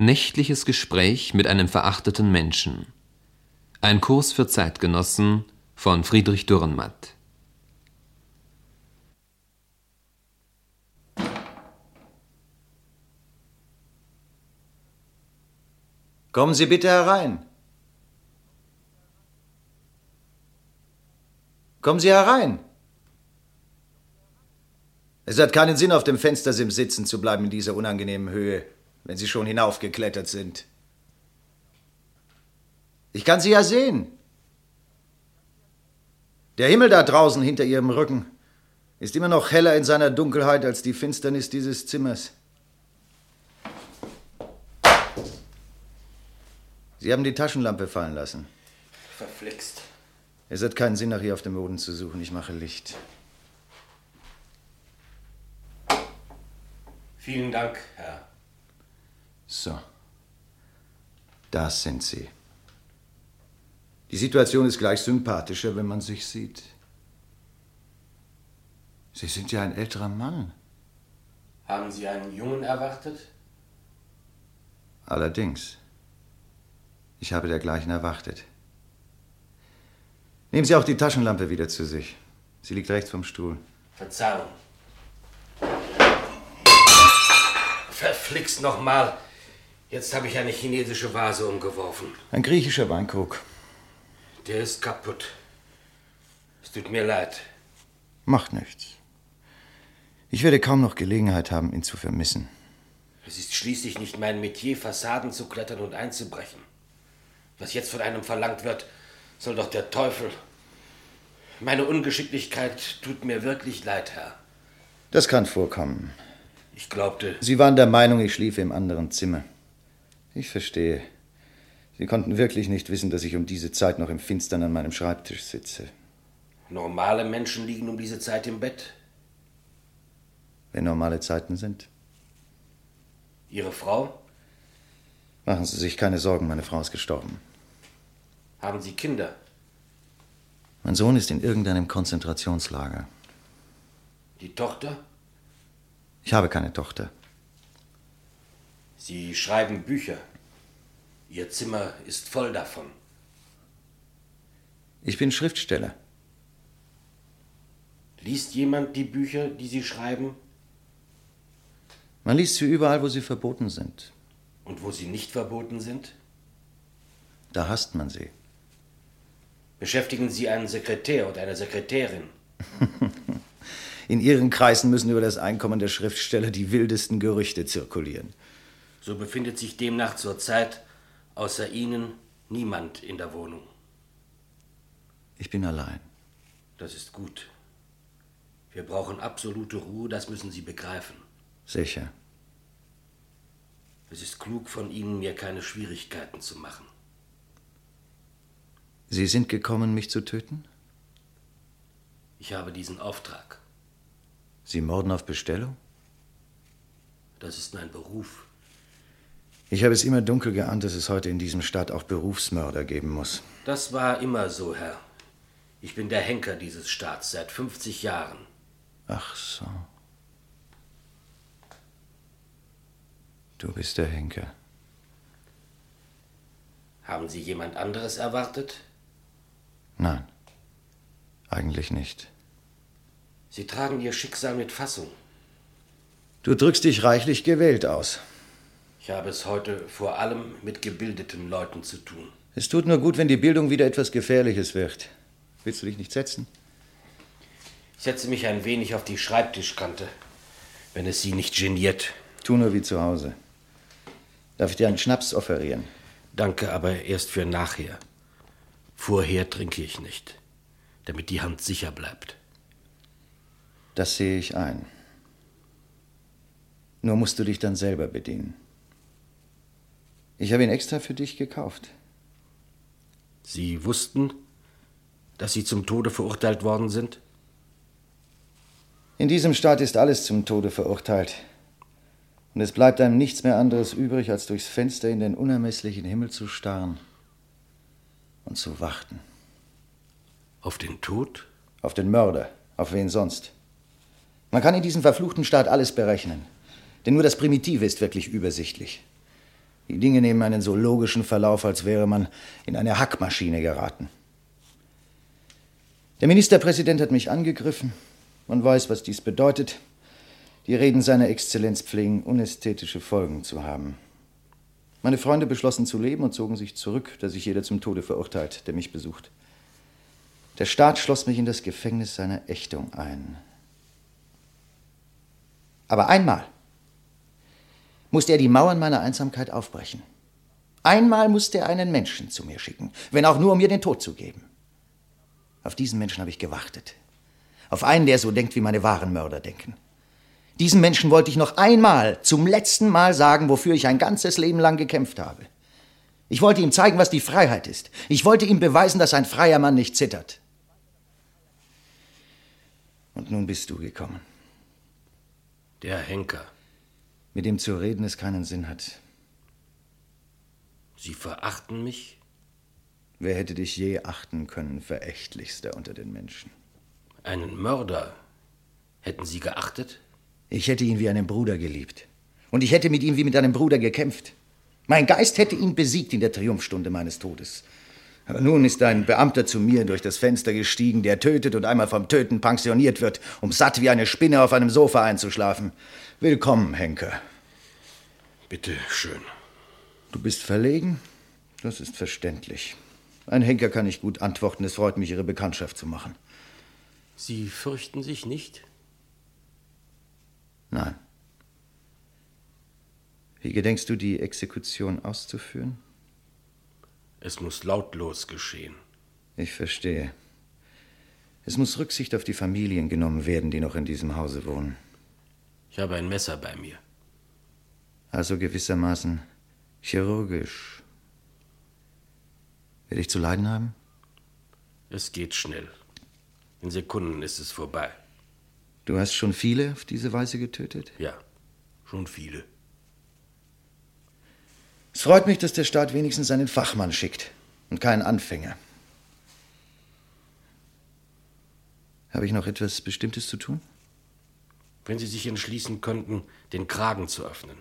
Nächtliches Gespräch mit einem verachteten Menschen. Ein Kurs für Zeitgenossen von Friedrich Dürrenmatt. Kommen Sie bitte herein. Kommen Sie herein. Es hat keinen Sinn, auf dem Fenstersims sitzen zu bleiben in dieser unangenehmen Höhe, wenn Sie schon hinaufgeklettert sind. Ich kann Sie ja sehen. Der Himmel da draußen hinter Ihrem Rücken ist immer noch heller in seiner Dunkelheit als die Finsternis dieses Zimmers. Sie haben die Taschenlampe fallen lassen. Verflixt. Es hat keinen Sinn, nach ihr auf dem Boden zu suchen. Ich mache Licht. Vielen Dank, Herr. So. Das sind Sie. Die Situation ist gleich sympathischer, wenn man sich sieht. Sie sind ja ein älterer Mann. Haben Sie einen Jungen erwartet? Allerdings. Ich habe dergleichen erwartet. Nehmen Sie auch die Taschenlampe wieder zu sich. Sie liegt rechts vom Stuhl. Verzeihung. Verflixt nochmal. Jetzt habe ich eine chinesische Vase umgeworfen. Ein griechischer Weinkrug. Der ist kaputt. Es tut mir leid. Macht nichts. Ich werde kaum noch Gelegenheit haben, ihn zu vermissen. Es ist schließlich nicht mein Metier, Fassaden zu klettern und einzubrechen. Was jetzt von einem verlangt wird, soll doch der Teufel. Meine Ungeschicklichkeit tut mir wirklich leid, Herr. Das kann vorkommen. Ich glaubte... Sie waren der Meinung, ich schliefe im anderen Zimmer. Ich verstehe. Sie konnten wirklich nicht wissen, dass ich um diese Zeit noch im Finstern an meinem Schreibtisch sitze. Normale Menschen liegen um diese Zeit im Bett. Wenn normale Zeiten sind. Ihre Frau? Machen Sie sich keine Sorgen, meine Frau ist gestorben. Haben Sie Kinder? Mein Sohn ist in irgendeinem Konzentrationslager. Die Tochter? Ich habe keine Tochter. Sie schreiben Bücher. Ihr Zimmer ist voll davon. Ich bin Schriftsteller. Liest jemand die Bücher, die Sie schreiben? Man liest sie überall, wo sie verboten sind. Und wo sie nicht verboten sind? Da hasst man sie. Beschäftigen Sie einen Sekretär oder eine Sekretärin? In Ihren Kreisen müssen über das Einkommen der Schriftsteller die wildesten Gerüchte zirkulieren. So befindet sich demnach zurzeit außer Ihnen niemand in der Wohnung. Ich bin allein. Das ist gut. Wir brauchen absolute Ruhe, das müssen Sie begreifen. Sicher. Es ist klug von Ihnen, mir keine Schwierigkeiten zu machen. Sie sind gekommen, mich zu töten? Ich habe diesen Auftrag. Sie morden auf Bestellung? Das ist mein Beruf. Ich habe es immer dunkel geahnt, dass es heute in diesem Staat auch Berufsmörder geben muss. Das war immer so, Herr. Ich bin der Henker dieses Staats seit 50 Jahren. Ach so. Du bist der Henker. Haben Sie jemand anderes erwartet? Nein, eigentlich nicht. Sie tragen Ihr Schicksal mit Fassung. Du drückst dich reichlich gewählt aus. Ich habe es heute vor allem mit gebildeten Leuten zu tun. Es tut nur gut, wenn die Bildung wieder etwas Gefährliches wird. Willst du dich nicht setzen? Ich setze mich ein wenig auf die Schreibtischkante, wenn es Sie nicht geniert. Tu nur wie zu Hause. Darf ich dir einen Schnaps offerieren? Danke, aber erst für nachher. Vorher trinke ich nicht, damit die Hand sicher bleibt. Das sehe ich ein. Nur musst du dich dann selber bedienen. Ich habe ihn extra für dich gekauft. Sie wussten, dass Sie zum Tode verurteilt worden sind? In diesem Staat ist alles zum Tode verurteilt. Und es bleibt einem nichts mehr anderes übrig, als durchs Fenster in den unermesslichen Himmel zu starren und zu warten. Auf den Tod? Auf den Mörder. Auf wen sonst? Man kann in diesem verfluchten Staat alles berechnen. Denn nur das Primitive ist wirklich übersichtlich. Die Dinge nehmen einen so logischen Verlauf, als wäre man in eine Hackmaschine geraten. Der Ministerpräsident hat mich angegriffen. Man weiß, was dies bedeutet. Die Reden seiner Exzellenz pflegen unästhetische Folgen zu haben. Meine Freunde beschlossen zu leben und zogen sich zurück, da sich jeder zum Tode verurteilt, der mich besucht. Der Staat schloss mich in das Gefängnis seiner Ächtung ein. Aber einmal musste er die Mauern meiner Einsamkeit aufbrechen. Einmal musste er einen Menschen zu mir schicken, wenn auch nur, um mir den Tod zu geben. Auf diesen Menschen habe ich gewartet. Auf einen, der so denkt, wie meine wahren Mörder denken. Diesem Menschen wollte ich noch einmal, zum letzten Mal sagen, wofür ich ein ganzes Leben lang gekämpft habe. Ich wollte ihm zeigen, was die Freiheit ist. Ich wollte ihm beweisen, dass ein freier Mann nicht zittert. Und nun bist du gekommen. Der Henker. Mit dem zu reden es keinen Sinn hat. Sie verachten mich? Wer hätte dich je achten können, verächtlichster unter den Menschen? Einen Mörder hätten Sie geachtet? Ich hätte ihn wie einen Bruder geliebt. Und ich hätte mit ihm wie mit einem Bruder gekämpft. Mein Geist hätte ihn besiegt in der Triumphstunde meines Todes. Aber nun ist ein Beamter zu mir durch das Fenster gestiegen, der tötet und einmal vom Töten pensioniert wird, um satt wie eine Spinne auf einem Sofa einzuschlafen. Willkommen, Henker. Bitte schön. Du bist verlegen? Das ist verständlich. Ein Henker kann nicht gut antworten. Es freut mich, Ihre Bekanntschaft zu machen. Sie fürchten sich nicht? Nein. Wie gedenkst du, die Exekution auszuführen? Es muss lautlos geschehen. Ich verstehe. Es muss Rücksicht auf die Familien genommen werden, die noch in diesem Hause wohnen. Ich habe ein Messer bei mir. Also gewissermaßen chirurgisch. Werde ich zu leiden haben? Es geht schnell. In Sekunden ist es vorbei. Du hast schon viele auf diese Weise getötet? Ja, schon viele. Es freut mich, dass der Staat wenigstens einen Fachmann schickt und keinen Anfänger. Habe ich noch etwas Bestimmtes zu tun? Wenn Sie sich entschließen könnten, den Kragen zu öffnen.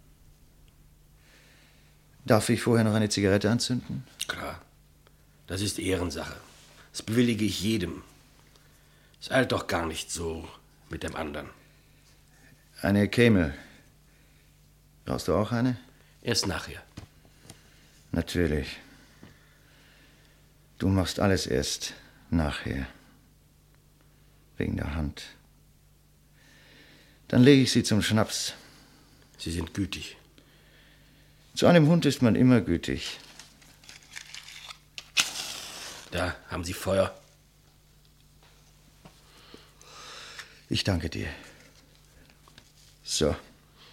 Darf ich vorher noch eine Zigarette anzünden? Klar. Das ist Ehrensache. Das bewillige ich jedem. Es eilt doch gar nicht so mit dem anderen. Eine Camel. Brauchst du auch eine? Erst nachher. Natürlich. Du machst alles erst nachher. Wegen der Hand. Dann lege ich sie zum Schnaps. Sie sind gütig. Zu einem Hund ist man immer gütig. Da haben Sie Feuer. Ich danke dir. So.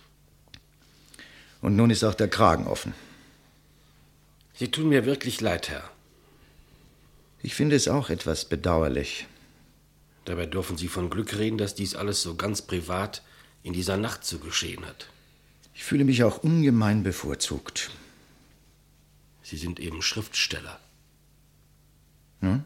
Und nun ist auch der Kragen offen. Sie tun mir wirklich leid, Herr. Ich finde es auch etwas bedauerlich. Dabei dürfen Sie von Glück reden, dass dies alles so ganz privat in dieser Nacht so geschehen hat. Ich fühle mich auch ungemein bevorzugt. Sie sind eben Schriftsteller. Hm?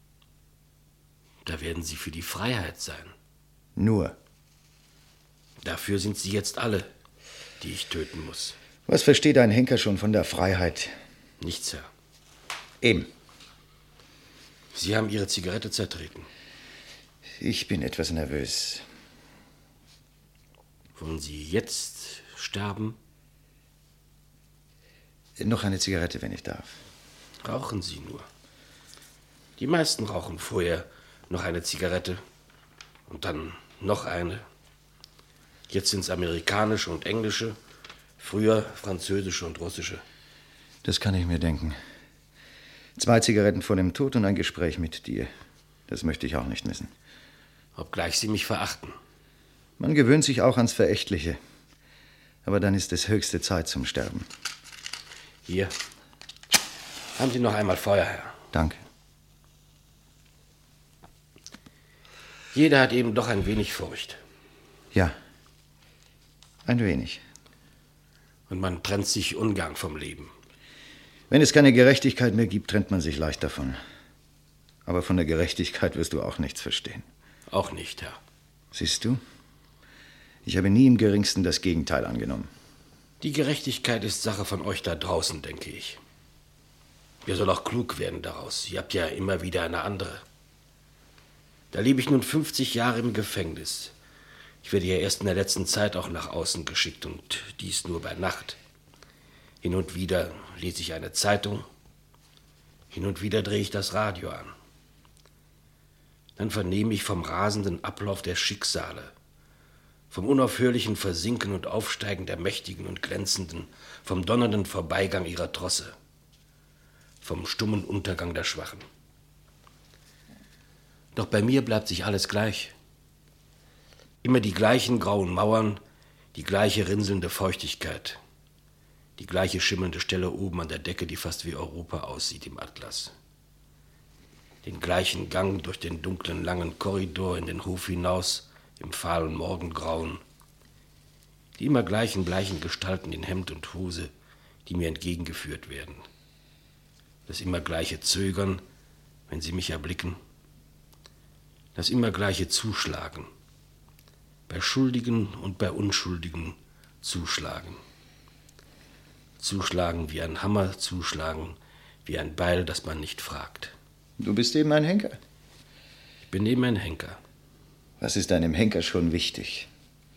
Da werden Sie für die Freiheit sein. Nur. Dafür sind Sie jetzt alle, die ich töten muss. Was versteht ein Henker schon von der Freiheit? Nichts, Herr. Eben. Sie haben Ihre Zigarette zertreten. Ich bin etwas nervös. Wollen Sie jetzt sterben? Noch eine Zigarette, wenn ich darf. Rauchen Sie nur. Die meisten rauchen vorher noch eine Zigarette und dann noch eine. Jetzt sind's amerikanische und englische, früher französische und russische. Das kann ich mir denken. 2 Zigaretten vor dem Tod und ein Gespräch mit dir. Das möchte ich auch nicht missen. Obgleich Sie mich verachten. Man gewöhnt sich auch ans Verächtliche. Aber dann ist es höchste Zeit zum Sterben. Hier. Haben Sie noch einmal Feuer, Herr. Danke. Jeder hat eben doch ein wenig Furcht. Ja. Ein wenig. Und man trennt sich ungern vom Leben. Wenn es keine Gerechtigkeit mehr gibt, trennt man sich leicht davon. Aber von der Gerechtigkeit wirst du auch nichts verstehen. Auch nicht, Herr. Siehst du? Ich habe nie im Geringsten das Gegenteil angenommen. Die Gerechtigkeit ist Sache von euch da draußen, denke ich. Ihr soll auch klug werden daraus. Ihr habt ja immer wieder eine andere. Da lebe ich nun 50 Jahre im Gefängnis. Ich werde ja erst in der letzten Zeit auch nach außen geschickt und dies nur bei Nacht. Hin und wieder lese ich eine Zeitung, hin und wieder drehe ich das Radio an. Dann vernehme ich vom rasenden Ablauf der Schicksale, vom unaufhörlichen Versinken und Aufsteigen der Mächtigen und Glänzenden, vom donnernden Vorbeigang ihrer Trosse, vom stummen Untergang der Schwachen. Doch bei mir bleibt sich alles gleich. Immer die gleichen grauen Mauern, die gleiche rinselnde Feuchtigkeit, die gleiche schimmelnde Stelle oben an der Decke, die fast wie Europa aussieht im Atlas. Den gleichen Gang durch den dunklen, langen Korridor in den Hof hinaus, im fahlen Morgengrauen. Die immer gleichen bleichen Gestalten in Hemd und Hose, die mir entgegengeführt werden. Das immer gleiche Zögern, wenn sie mich erblicken. Das immer gleiche Zuschlagen. Bei Schuldigen und bei Unschuldigen zuschlagen. Zuschlagen wie ein Hammer, zuschlagen wie ein Beil, das man nicht fragt. Du bist eben ein Henker. Ich bin eben ein Henker. Was ist einem Henker schon wichtig?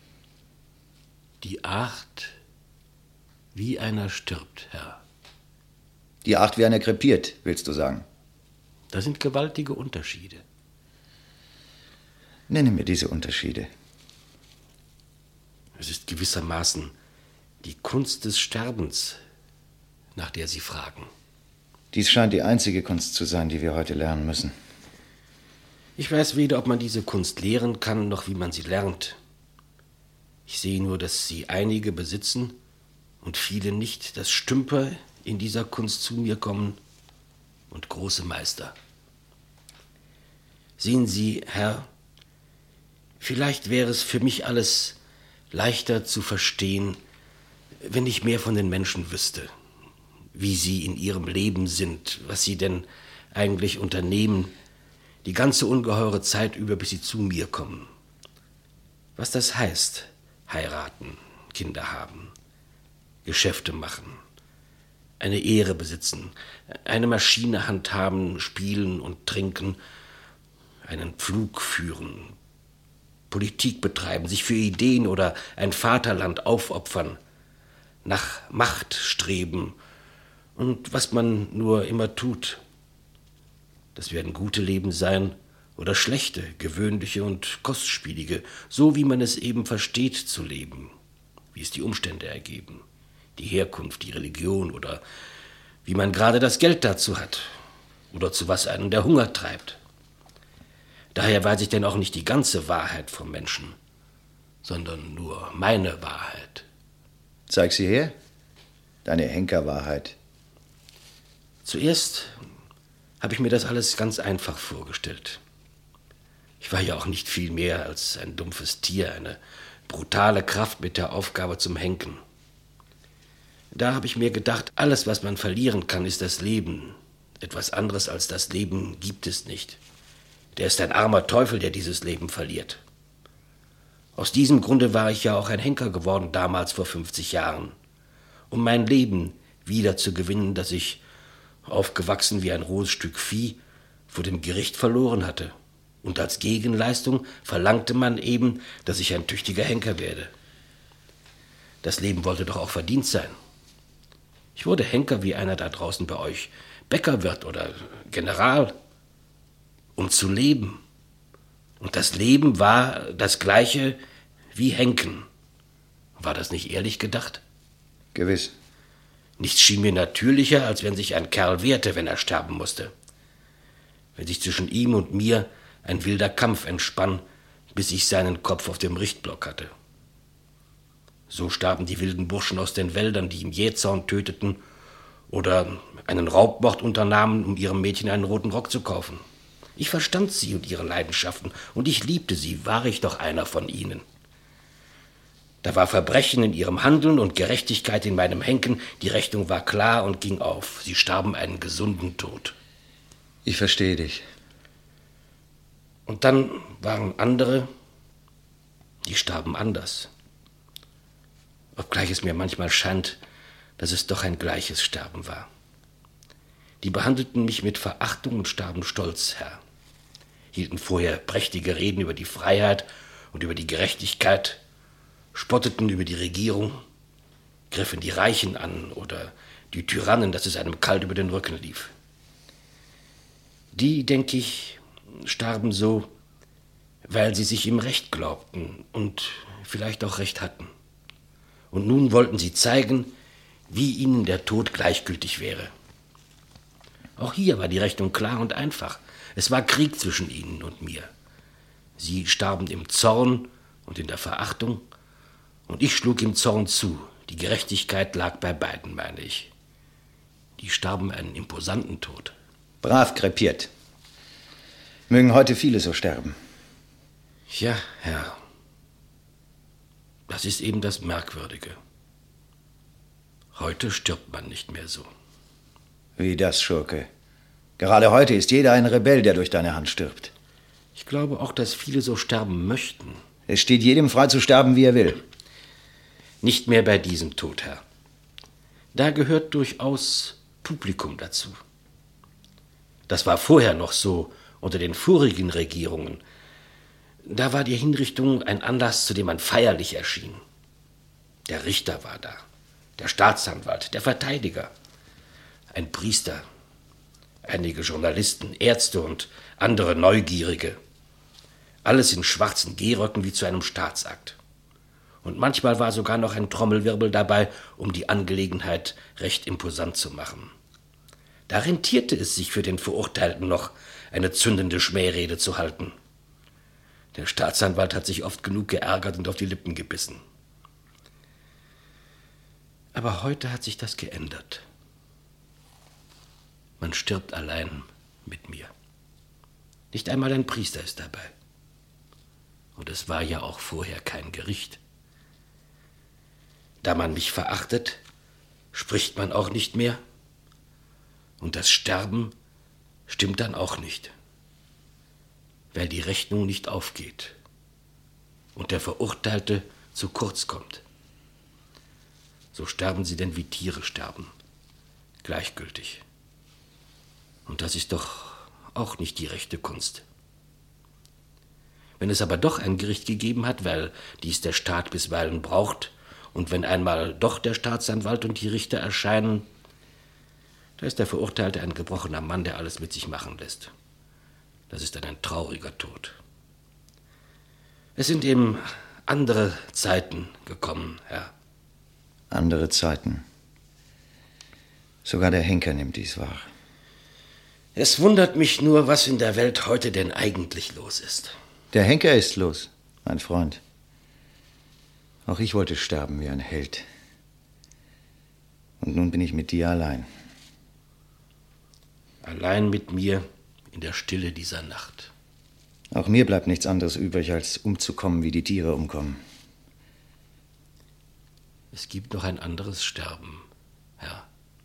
Die Art, wie einer stirbt, Herr. Die Art, wie einer krepiert, willst du sagen? Das sind gewaltige Unterschiede. Nenne mir diese Unterschiede. Es ist gewissermaßen die Kunst des Sterbens, nach der Sie fragen. Dies scheint die einzige Kunst zu sein, die wir heute lernen müssen. Ich weiß weder, ob man diese Kunst lehren kann, noch wie man sie lernt. Ich sehe nur, dass sie einige besitzen und viele nicht, dass Stümper in dieser Kunst zu mir kommen und große Meister. Sehen Sie, Herr, vielleicht wäre es für mich alles leichter zu verstehen, wenn ich mehr von den Menschen wüsste, wie sie in ihrem Leben sind, was sie denn eigentlich unternehmen, die ganze ungeheure Zeit über, bis sie zu mir kommen. Was das heißt, heiraten, Kinder haben, Geschäfte machen, eine Ehre besitzen, eine Maschine handhaben, spielen und trinken, einen Pflug führen, Politik betreiben, sich für Ideen oder ein Vaterland aufopfern, nach Macht streben und was man nur immer tut. Das werden gute Leben sein oder schlechte, gewöhnliche und kostspielige, so wie man es eben versteht zu leben, wie es die Umstände ergeben, die Herkunft, die Religion oder wie man gerade das Geld dazu hat oder zu was einen der Hunger treibt. Daher weiß ich denn auch nicht die ganze Wahrheit vom Menschen, sondern nur meine Wahrheit. Zeig sie her, deine Henkerwahrheit. Zuerst habe ich mir das alles ganz einfach vorgestellt. Ich war ja auch nicht viel mehr als ein dumpfes Tier, eine brutale Kraft mit der Aufgabe zum Henken. Da habe ich mir gedacht, alles, was man verlieren kann, ist das Leben. Etwas anderes als das Leben gibt es nicht. Der ist ein armer Teufel, der dieses Leben verliert. Aus diesem Grunde war ich ja auch ein Henker geworden, damals vor 50 Jahren, um mein Leben wieder zu gewinnen, das ich, aufgewachsen wie ein rohes Stück Vieh, vor dem Gericht verloren hatte. Und als Gegenleistung verlangte man eben, dass ich ein tüchtiger Henker werde. Das Leben wollte doch auch verdient sein. Ich wurde Henker wie einer da draußen bei euch, Bäckerwirt oder General, um zu leben. Und das Leben war das gleiche wie Henken. War das nicht ehrlich gedacht? Gewiss. Nichts schien mir natürlicher, als wenn sich ein Kerl wehrte, wenn er sterben musste. Wenn sich zwischen ihm und mir ein wilder Kampf entspann, bis ich seinen Kopf auf dem Richtblock hatte. So starben die wilden Burschen aus den Wäldern, die im Jähzaun töteten oder einen Raubmord unternahmen, um ihrem Mädchen einen roten Rock zu kaufen. Ich verstand sie und ihre Leidenschaften, und ich liebte sie, war ich doch einer von ihnen. Da war Verbrechen in ihrem Handeln und Gerechtigkeit in meinem Henken, die Rechnung war klar und ging auf. Sie starben einen gesunden Tod. Ich verstehe dich. Und dann waren andere, die starben anders. obgleich es mir manchmal scheint, dass es doch ein gleiches Sterben war. Die behandelten mich mit Verachtung und starben stolz, Herr. Hielten vorher prächtige Reden über die Freiheit und über die Gerechtigkeit, spotteten über die Regierung, griffen die Reichen an oder die Tyrannen, dass es einem kalt über den Rücken lief. Die, denke ich, starben so, weil sie sich im Recht glaubten und vielleicht auch Recht hatten. Und nun wollten sie zeigen, wie ihnen der Tod gleichgültig wäre. Auch hier war die Rechnung klar und einfach. Es war Krieg zwischen ihnen und mir. Sie starben im Zorn und in der Verachtung, und ich schlug im Zorn zu. Die Gerechtigkeit lag bei beiden, meine ich. Die starben einen imposanten Tod. Brav krepiert. Mögen heute viele so sterben. Ja, Herr. Das ist eben das Merkwürdige. Heute stirbt man nicht mehr so. Wie das, Schurke? Gerade heute ist jeder ein Rebell, der durch deine Hand stirbt. Ich glaube auch, dass viele so sterben möchten. Es steht jedem frei zu sterben, wie er will. Nicht mehr bei diesem Tod, Herr. Da gehört durchaus Publikum dazu. Das war vorher noch so, unter den vorigen Regierungen. Da war die Hinrichtung ein Anlass, zu dem man feierlich erschien. Der Richter war da, der Staatsanwalt, der Verteidiger, ein Priester, einige Journalisten, Ärzte und andere Neugierige. Alles in schwarzen Gehröcken wie zu einem Staatsakt. Und manchmal war sogar noch ein Trommelwirbel dabei, um die Angelegenheit recht imposant zu machen. Da rentierte es sich für den Verurteilten noch, eine zündende Schmährede zu halten. Der Staatsanwalt hat sich oft genug geärgert und auf die Lippen gebissen. Aber heute hat sich das geändert. Man stirbt allein mit mir. Nicht einmal ein Priester ist dabei. Und es war ja auch vorher kein Gericht. Da man mich verachtet, spricht man auch nicht mehr. Und das Sterben stimmt dann auch nicht, weil die Rechnung nicht aufgeht und der Verurteilte zu kurz kommt. So sterben sie denn wie Tiere sterben, gleichgültig. Und das ist doch auch nicht die rechte Kunst. Wenn es aber doch ein Gericht gegeben hat, weil dies der Staat bisweilen braucht, und wenn einmal doch der Staatsanwalt und die Richter erscheinen, da ist der Verurteilte ein gebrochener Mann, der alles mit sich machen lässt. Das ist dann ein trauriger Tod. Es sind eben andere Zeiten gekommen, Herr. Andere Zeiten. Sogar der Henker nimmt dies wahr. Es wundert mich nur, was in der Welt heute denn eigentlich los ist. Der Henker ist los, mein Freund. Auch ich wollte sterben wie ein Held. Und nun bin ich mit dir allein. Allein mit mir in der Stille dieser Nacht. Auch mir bleibt nichts anderes übrig, als umzukommen, wie die Tiere umkommen. Es gibt noch ein anderes Sterben, Herr.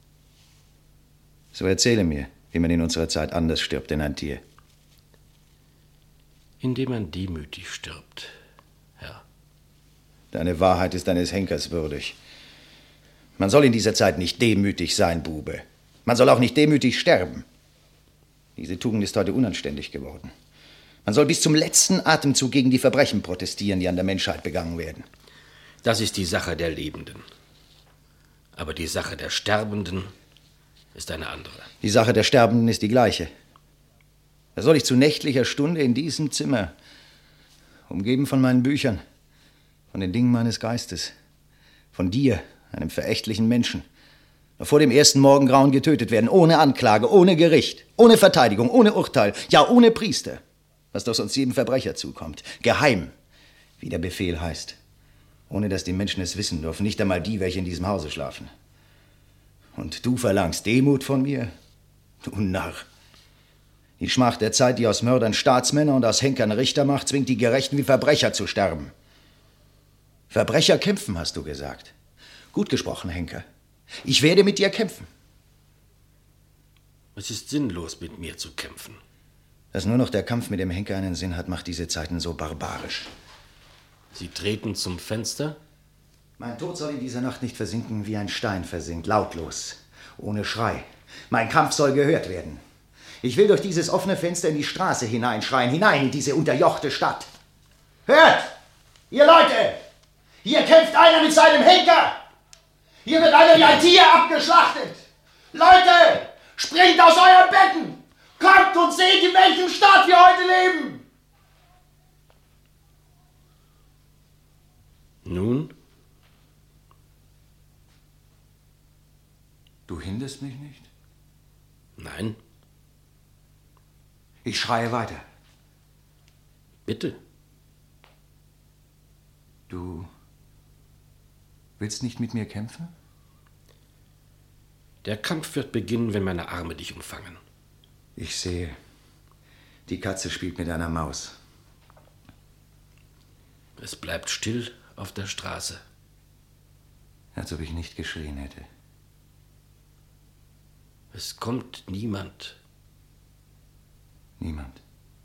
So erzähle mir, wie man in unserer Zeit anders stirbt denn ein Tier. Indem man demütig stirbt, Herr. Deine Wahrheit ist eines Henkers würdig. Man soll in dieser Zeit nicht demütig sein, Bube. Man soll auch nicht demütig sterben. Diese Tugend ist heute unanständig geworden. Man soll bis zum letzten Atemzug gegen die Verbrechen protestieren, die an der Menschheit begangen werden. Das ist die Sache der Lebenden. Aber die Sache der Sterbenden ist eine andere. Die Sache der Sterbenden ist die gleiche. Da soll ich zu nächtlicher Stunde in diesem Zimmer, umgeben von meinen Büchern, von den Dingen meines Geistes, von dir, einem verächtlichen Menschen, noch vor dem ersten Morgengrauen getötet werden, ohne Anklage, ohne Gericht, ohne Verteidigung, ohne Urteil, ja ohne Priester, was doch sonst jedem Verbrecher zukommt, geheim, wie der Befehl heißt, ohne dass die Menschen es wissen dürfen, nicht einmal die, welche in diesem Hause schlafen. Und du verlangst Demut von mir? Du Narr! Die Schmach der Zeit, die aus Mördern Staatsmänner und aus Henkern Richter macht, zwingt die Gerechten wie Verbrecher zu sterben. Verbrecher kämpfen, hast du gesagt. Gut gesprochen, Henker. Ich werde mit dir kämpfen. Es ist sinnlos, mit mir zu kämpfen. Dass nur noch der Kampf mit dem Henker einen Sinn hat, macht diese Zeiten so barbarisch. Sie treten zum Fenster Mein Tod soll in dieser Nacht nicht versinken, wie ein Stein versinkt, lautlos, ohne Schrei. Mein Kampf soll gehört werden. Ich will durch dieses offene Fenster in die Straße hineinschreien, hinein in diese unterjochte Stadt. Hört! Ihr Leute! Hier kämpft einer mit seinem Henker! Hier wird einer wie ein Tier abgeschlachtet! Leute! Springt aus euren Betten! Kommt und seht, in welchem Staat wir heute leben! Nun? Du hinderst mich nicht? Nein. Ich schreie weiter. Bitte. Du willst nicht mit mir kämpfen? Der Kampf wird beginnen, wenn meine Arme dich umfangen. Ich sehe. Die Katze spielt mit einer Maus. Es bleibt still auf der Straße. Als ob ich nicht geschrien hätte. Es kommt niemand. Niemand.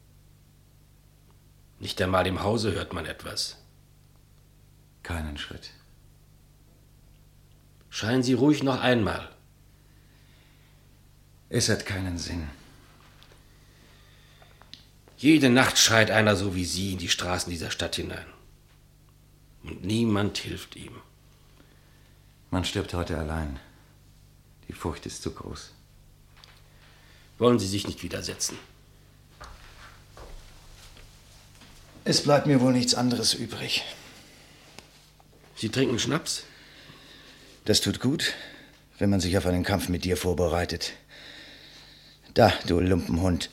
Nicht einmal im Hause hört man etwas. Keinen Schritt. Schreien Sie ruhig noch einmal. Es hat keinen Sinn. Jede Nacht schreit einer so wie Sie in die Straßen dieser Stadt hinein. Und niemand hilft ihm. Man stirbt heute allein. Die Furcht ist zu groß. Wollen Sie sich nicht widersetzen? Es bleibt mir wohl nichts anderes übrig. Sie trinken Schnaps? Das tut gut, wenn man sich auf einen Kampf mit dir vorbereitet. Da, du Lumpenhund.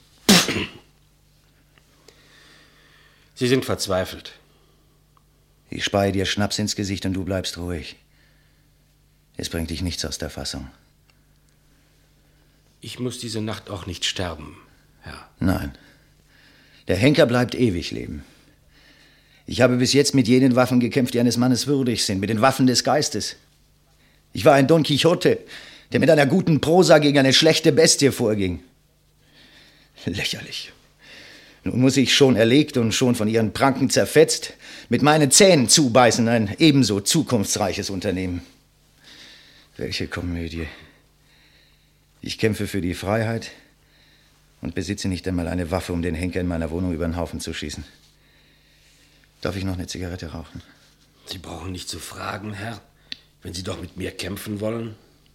Sie sind verzweifelt. Ich speie dir Schnaps ins Gesicht und du bleibst ruhig. Es bringt dich nichts aus der Fassung. Ich muss diese Nacht auch nicht sterben, Herr. Nein. Der Henker bleibt ewig leben. Ich habe bis jetzt mit jenen Waffen gekämpft, die eines Mannes würdig sind, mit den Waffen des Geistes. Ich war ein Don Quixote, der mit einer guten Prosa gegen eine schlechte Bestie vorging. Lächerlich. Nun muss ich schon erlegt und schon von ihren Pranken zerfetzt mit meinen Zähnen zubeißen, ein ebenso zukunftsreiches Unternehmen. Welche Komödie. Ich kämpfe für die Freiheit und besitze nicht einmal eine Waffe, um den Henker in meiner Wohnung über den Haufen zu schießen. Darf ich noch eine Zigarette rauchen? Sie brauchen nicht zu fragen, Herr, wenn Sie doch mit mir kämpfen wollen.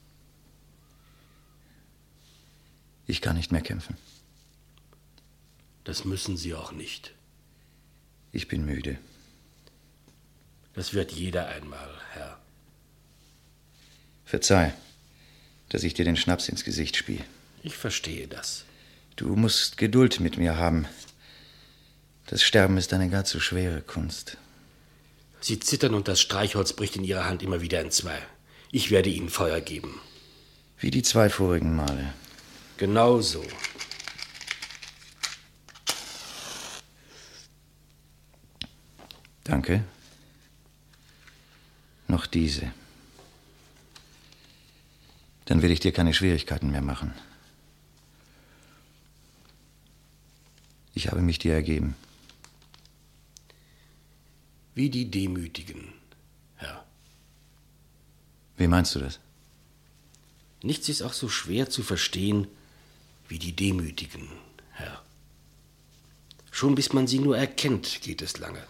Ich kann nicht mehr kämpfen. Das müssen Sie auch nicht. Ich bin müde. Das wird jeder einmal, Herr. Verzeih, dass ich dir den Schnaps ins Gesicht spie. Ich verstehe das. Du musst Geduld mit mir haben. Das Sterben ist eine gar zu schwere Kunst. Sie zittern und das Streichholz bricht in Ihrer Hand immer wieder entzwei. Ich werde Ihnen Feuer geben. Wie die 2 vorigen Male. Genau so. Danke. Noch diese. Dann will ich dir keine Schwierigkeiten mehr machen. Ich habe mich dir ergeben. Wie die Demütigen, Herr. Wie meinst du das? Nichts ist auch so schwer zu verstehen wie die Demütigen, Herr. Schon bis man sie nur erkennt, geht es lange.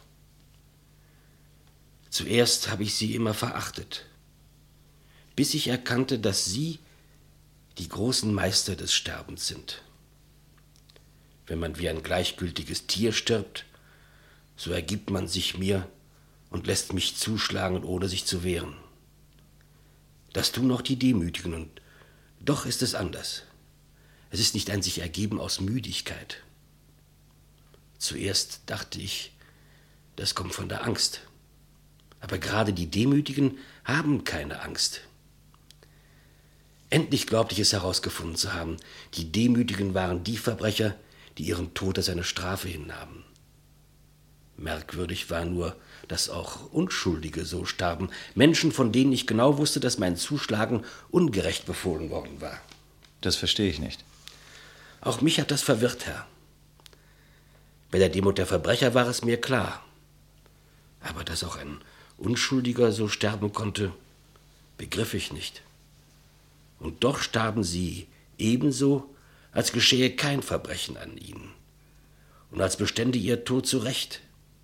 Zuerst habe ich sie immer verachtet, bis ich erkannte, dass sie die großen Meister des Sterbens sind. Wenn man wie ein gleichgültiges Tier stirbt, so ergibt man sich mir und lässt mich zuschlagen, ohne sich zu wehren. Das tun auch die Demütigen, und doch ist es anders. Es ist nicht ein sich ergeben aus Müdigkeit. Zuerst dachte ich, das kommt von der Angst. Aber gerade die Demütigen haben keine Angst. Endlich glaubte ich es herausgefunden zu haben. Die Demütigen waren die Verbrecher, die ihren Tod als eine Strafe hinnahmen. Merkwürdig war nur, dass auch Unschuldige so starben. Menschen, von denen ich genau wusste, dass mein Zuschlagen ungerecht befohlen worden war. Das verstehe ich nicht. Auch mich hat das verwirrt, Herr. Bei der Demut der Verbrecher war es mir klar. Aber dass auch ein Unschuldiger so sterben konnte, begriff ich nicht. Und doch starben sie ebenso, als geschehe kein Verbrechen an ihnen und als bestände ihr Tod zu Recht.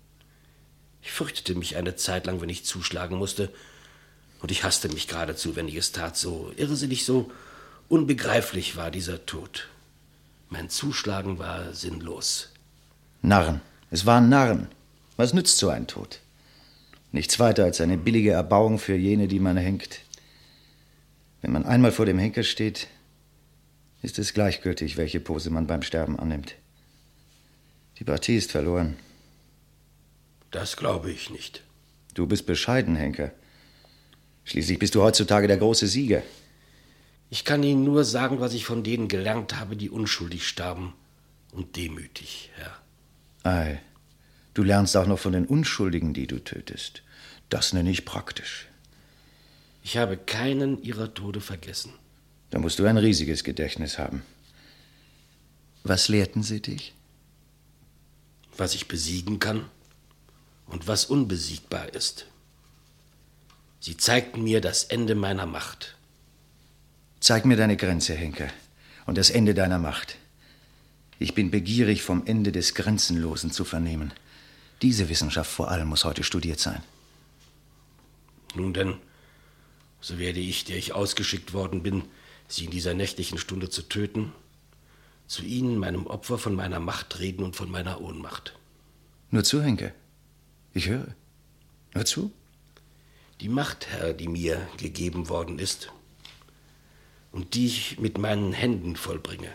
Ich fürchtete mich eine Zeit lang, wenn ich zuschlagen musste, und ich hasste mich geradezu, wenn ich es tat. So irrsinnig, so unbegreiflich war dieser Tod. Mein Zuschlagen war sinnlos. Narren. Es waren Narren. Was nützt so ein Tod? Nichts weiter als eine billige Erbauung für jene, die man hängt. Wenn man einmal vor dem Henker steht, ist es gleichgültig, welche Pose man beim Sterben annimmt. Die Partie ist verloren. Das glaube ich nicht. Du bist bescheiden, Henker. Schließlich bist du heutzutage der große Sieger. Ich kann Ihnen nur sagen, was ich von denen gelernt habe, die unschuldig starben und demütig, Herr. Ei, du lernst auch noch von den Unschuldigen, die du tötest. Das nenne ich praktisch. Ich habe keinen ihrer Tode vergessen. Da musst du ein riesiges Gedächtnis haben. Was lehrten sie dich? Was ich besiegen kann und was unbesiegbar ist. Sie zeigten mir das Ende meiner Macht. Zeig mir deine Grenze, Henker, und das Ende deiner Macht. Ich bin begierig, vom Ende des Grenzenlosen zu vernehmen. Diese Wissenschaft vor allem muss heute studiert sein. Nun denn, so werde ich, der ich ausgeschickt worden bin, Sie in dieser nächtlichen Stunde zu töten, zu Ihnen, meinem Opfer, von meiner Macht reden und von meiner Ohnmacht. Nur zu, Henker. Ich höre. Nur zu. Die Macht, Herr, die mir gegeben worden ist und die ich mit meinen Händen vollbringe.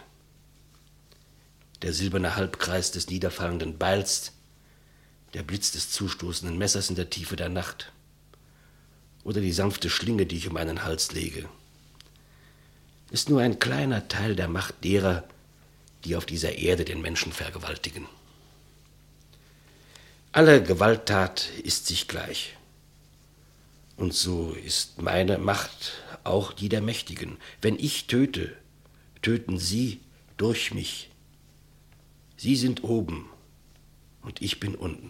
Der silberne Halbkreis des niederfallenden Beils, der Blitz des zustoßenden Messers in der Tiefe der Nacht oder die sanfte Schlinge, die ich um meinen Hals lege, ist nur ein kleiner Teil der Macht derer, die auf dieser Erde den Menschen vergewaltigen. Alle Gewalttat ist sich gleich. Und so ist meine Macht auch die der Mächtigen. Wenn ich töte, töten sie durch mich. Sie sind oben und ich bin unten.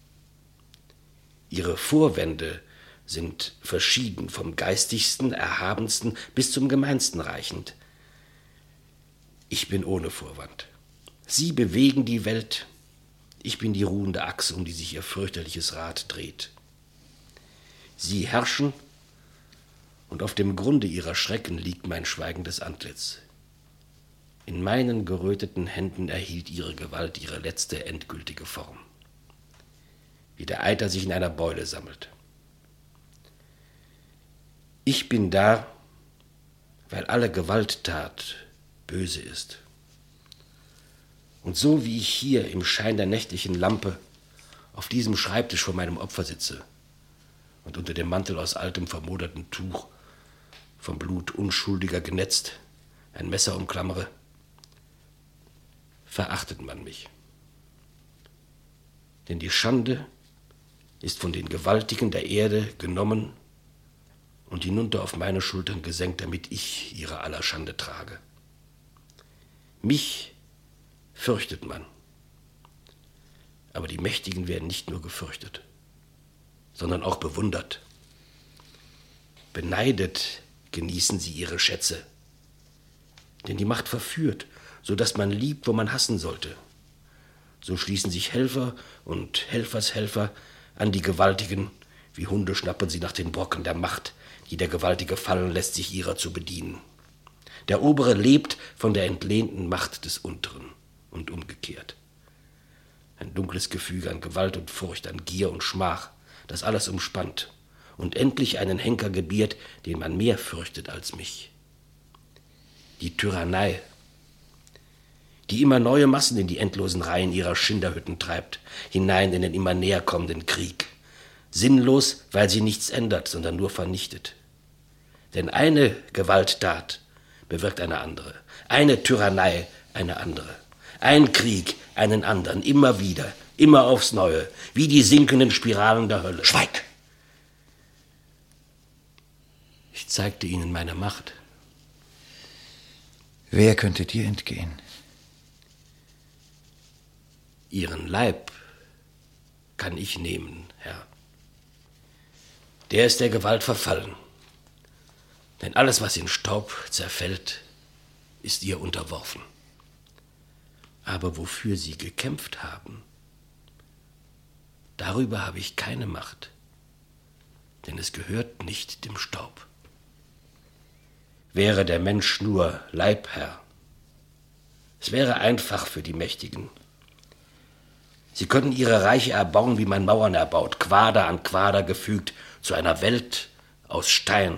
Ihre Vorwände sind verschieden, vom geistigsten, erhabensten bis zum gemeinsten reichend. Ich bin ohne Vorwand. Sie bewegen die Welt, ich bin die ruhende Achse, um die sich ihr fürchterliches Rad dreht. Sie herrschen, und auf dem Grunde ihrer Schrecken liegt mein schweigendes Antlitz. In meinen geröteten Händen erhielt ihre Gewalt ihre letzte endgültige Form, wie der Eiter sich in einer Beule sammelt. Ich bin da, weil alle Gewalttat böse ist. Und so wie ich hier im Schein der nächtlichen Lampe auf diesem Schreibtisch vor meinem Opfer sitze und unter dem Mantel aus altem vermoderten Tuch, vom Blut Unschuldiger genetzt, ein Messer umklammere, verachtet man mich. Denn die Schande ist von den Gewaltigen der Erde genommen und hinunter auf meine Schultern gesenkt, damit ich ihre aller Schande trage. Mich fürchtet man. Aber die Mächtigen werden nicht nur gefürchtet, sondern auch bewundert. Beneidet genießen sie ihre Schätze. Denn die Macht verführt, so dass man liebt, wo man hassen sollte. So schließen sich Helfer und Helfershelfer an die Gewaltigen, wie Hunde schnappen sie nach den Brocken der Macht, die der Gewaltige fallen lässt, sich ihrer zu bedienen. Der Obere lebt von der entlehnten Macht des Unteren und umgekehrt. Ein dunkles Gefüge an Gewalt und Furcht, an Gier und Schmach, das alles umspannt und endlich einen Henker gebiert, den man mehr fürchtet als mich. Die Tyrannei, die immer neue Massen in die endlosen Reihen ihrer Schinderhütten treibt, hinein in den immer näher kommenden Krieg. Sinnlos, weil sie nichts ändert, sondern nur vernichtet. Denn eine Gewalttat bewirkt eine andere, eine Tyrannei eine andere, ein Krieg einen anderen, immer wieder, immer aufs Neue, wie die sinkenden Spiralen der Hölle. Schweig! Ich zeigte ihnen meine Macht. Wer könnte dir entgehen? Ihren Leib kann ich nehmen, Herr. der ist der Gewalt verfallen. Denn alles, was in Staub zerfällt, ist ihr unterworfen. Aber wofür sie gekämpft haben, darüber habe ich keine Macht, denn es gehört nicht dem Staub. Wäre der Mensch nur Leibherr, es wäre einfach für die Mächtigen. Sie könnten ihre Reiche erbauen, wie man Mauern erbaut, Quader an Quader gefügt, zu einer Welt aus Stein.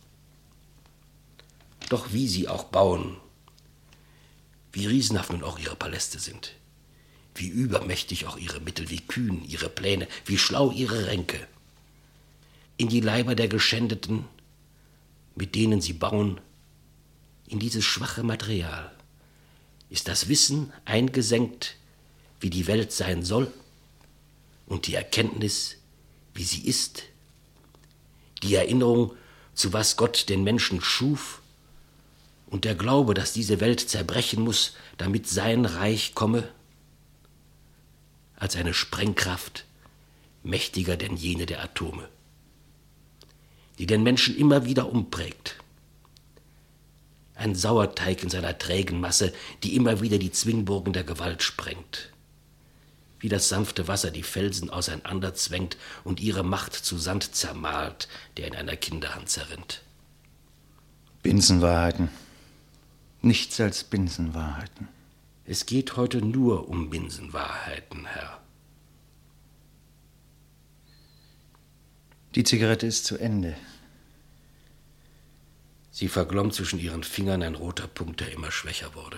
Doch wie sie auch bauen, wie riesenhaft nun auch ihre Paläste sind, wie übermächtig auch ihre Mittel, wie kühn ihre Pläne, wie schlau ihre Ränke. In die Leiber der Geschändeten, mit denen sie bauen, in dieses schwache Material, ist das Wissen eingesenkt, wie die Welt sein soll, und die Erkenntnis, wie sie ist, die Erinnerung, zu was Gott den Menschen schuf, und der Glaube, dass diese Welt zerbrechen muss, damit sein Reich komme, als eine Sprengkraft, mächtiger denn jene der Atome, die den Menschen immer wieder umprägt. Ein Sauerteig in seiner trägen Masse, die immer wieder die Zwingburgen der Gewalt sprengt, wie das sanfte Wasser die Felsen auseinanderzwängt und ihre Macht zu Sand zermahlt, der in einer Kinderhand zerrinnt. Binsenwahrheiten. Nichts als Binsenwahrheiten. Es geht heute nur um Binsenwahrheiten, Herr. Die Zigarette ist zu Ende. Sie verglomm zwischen ihren Fingern ein roter Punkt, der immer schwächer wurde.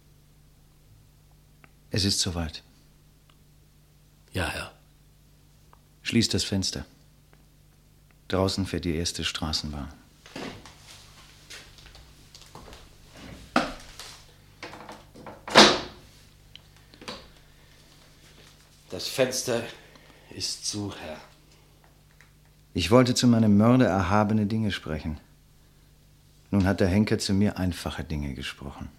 Es ist soweit. Ja, Herr. Schließ das Fenster. Draußen fährt die erste Straßenbahn. Das Fenster ist zu, Herr. Ich wollte zu meinem Mörder erhabene Dinge sprechen. Nun hat der Henker zu mir einfache Dinge gesprochen.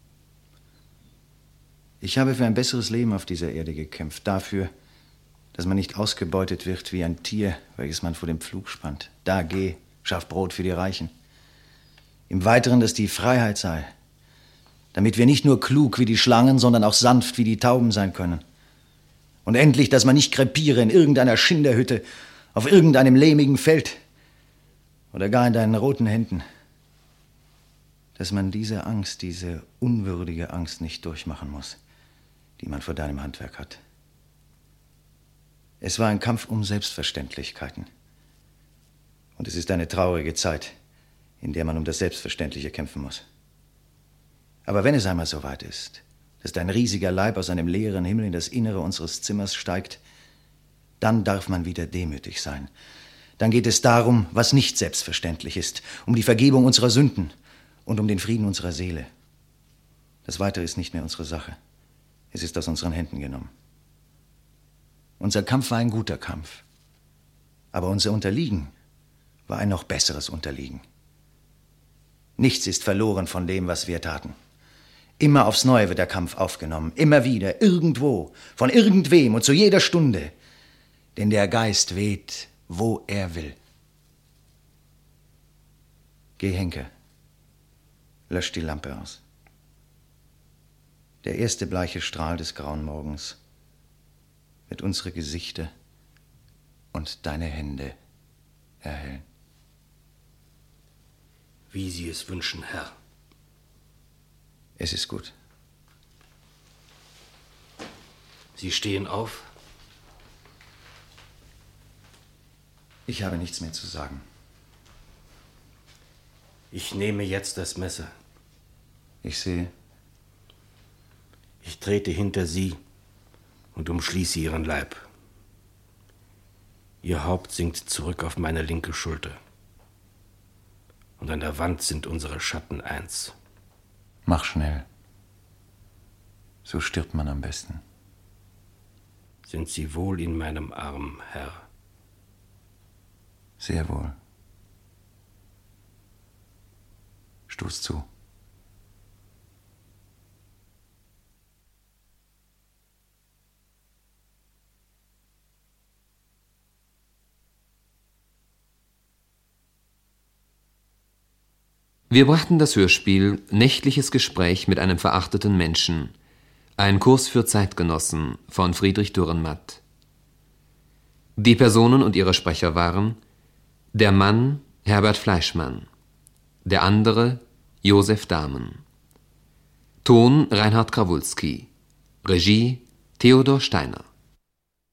Ich habe für ein besseres Leben auf dieser Erde gekämpft. Dafür, dass man nicht ausgebeutet wird wie ein Tier, welches man vor dem Pflug spannt. Da geh, schaff Brot für die Reichen. Im Weiteren, dass die Freiheit sei, damit wir nicht nur klug wie die Schlangen, sondern auch sanft wie die Tauben sein können. Und endlich, dass man nicht krepiere in irgendeiner Schinderhütte, auf irgendeinem lehmigen Feld oder gar in deinen roten Händen. Dass man diese Angst, diese unwürdige Angst nicht durchmachen muss, die man vor deinem Handwerk hat. Es war ein Kampf um Selbstverständlichkeiten. Und es ist eine traurige Zeit, in der man um das Selbstverständliche kämpfen muss. Aber wenn es einmal so weit ist, dass dein riesiger Leib aus einem leeren Himmel in das Innere unseres Zimmers steigt, dann darf man wieder demütig sein. Dann geht es darum, was nicht selbstverständlich ist, um die Vergebung unserer Sünden und um den Frieden unserer Seele. Das Weitere ist nicht mehr unsere Sache. Es ist aus unseren Händen genommen. Unser Kampf war ein guter Kampf. Aber unser Unterliegen war ein noch besseres Unterliegen. Nichts ist verloren von dem, was wir taten. Immer aufs Neue wird der Kampf aufgenommen. Immer wieder, irgendwo, von irgendwem und zu jeder Stunde. Denn der Geist weht, wo er will. Geh, Henker. Lösch die Lampe aus. Der erste bleiche Strahl des grauen Morgens wird unsere Gesichter und deine Hände erhellen. Wie Sie es wünschen, Herr. Es ist gut. Sie stehen auf? Ich habe nichts mehr zu sagen. Ich nehme jetzt das Messer. Ich sehe. Ich trete hinter Sie und umschließe Ihren Leib. Ihr Haupt sinkt zurück auf meine linke Schulter. Und an der Wand sind unsere Schatten eins. Mach schnell. So stirbt man am besten. Sind Sie wohl in meinem Arm, Herr? Sehr wohl. Stoß zu. Wir brachten das Hörspiel Nächtliches Gespräch mit einem verachteten Menschen. Ein Kurs für Zeitgenossen von Friedrich Dürrenmatt. Die Personen und ihre Sprecher waren: der Mann Herbert Fleischmann, der andere Josef Dahmen. Ton Reinhard Krawulski, Regie Theodor Steiner.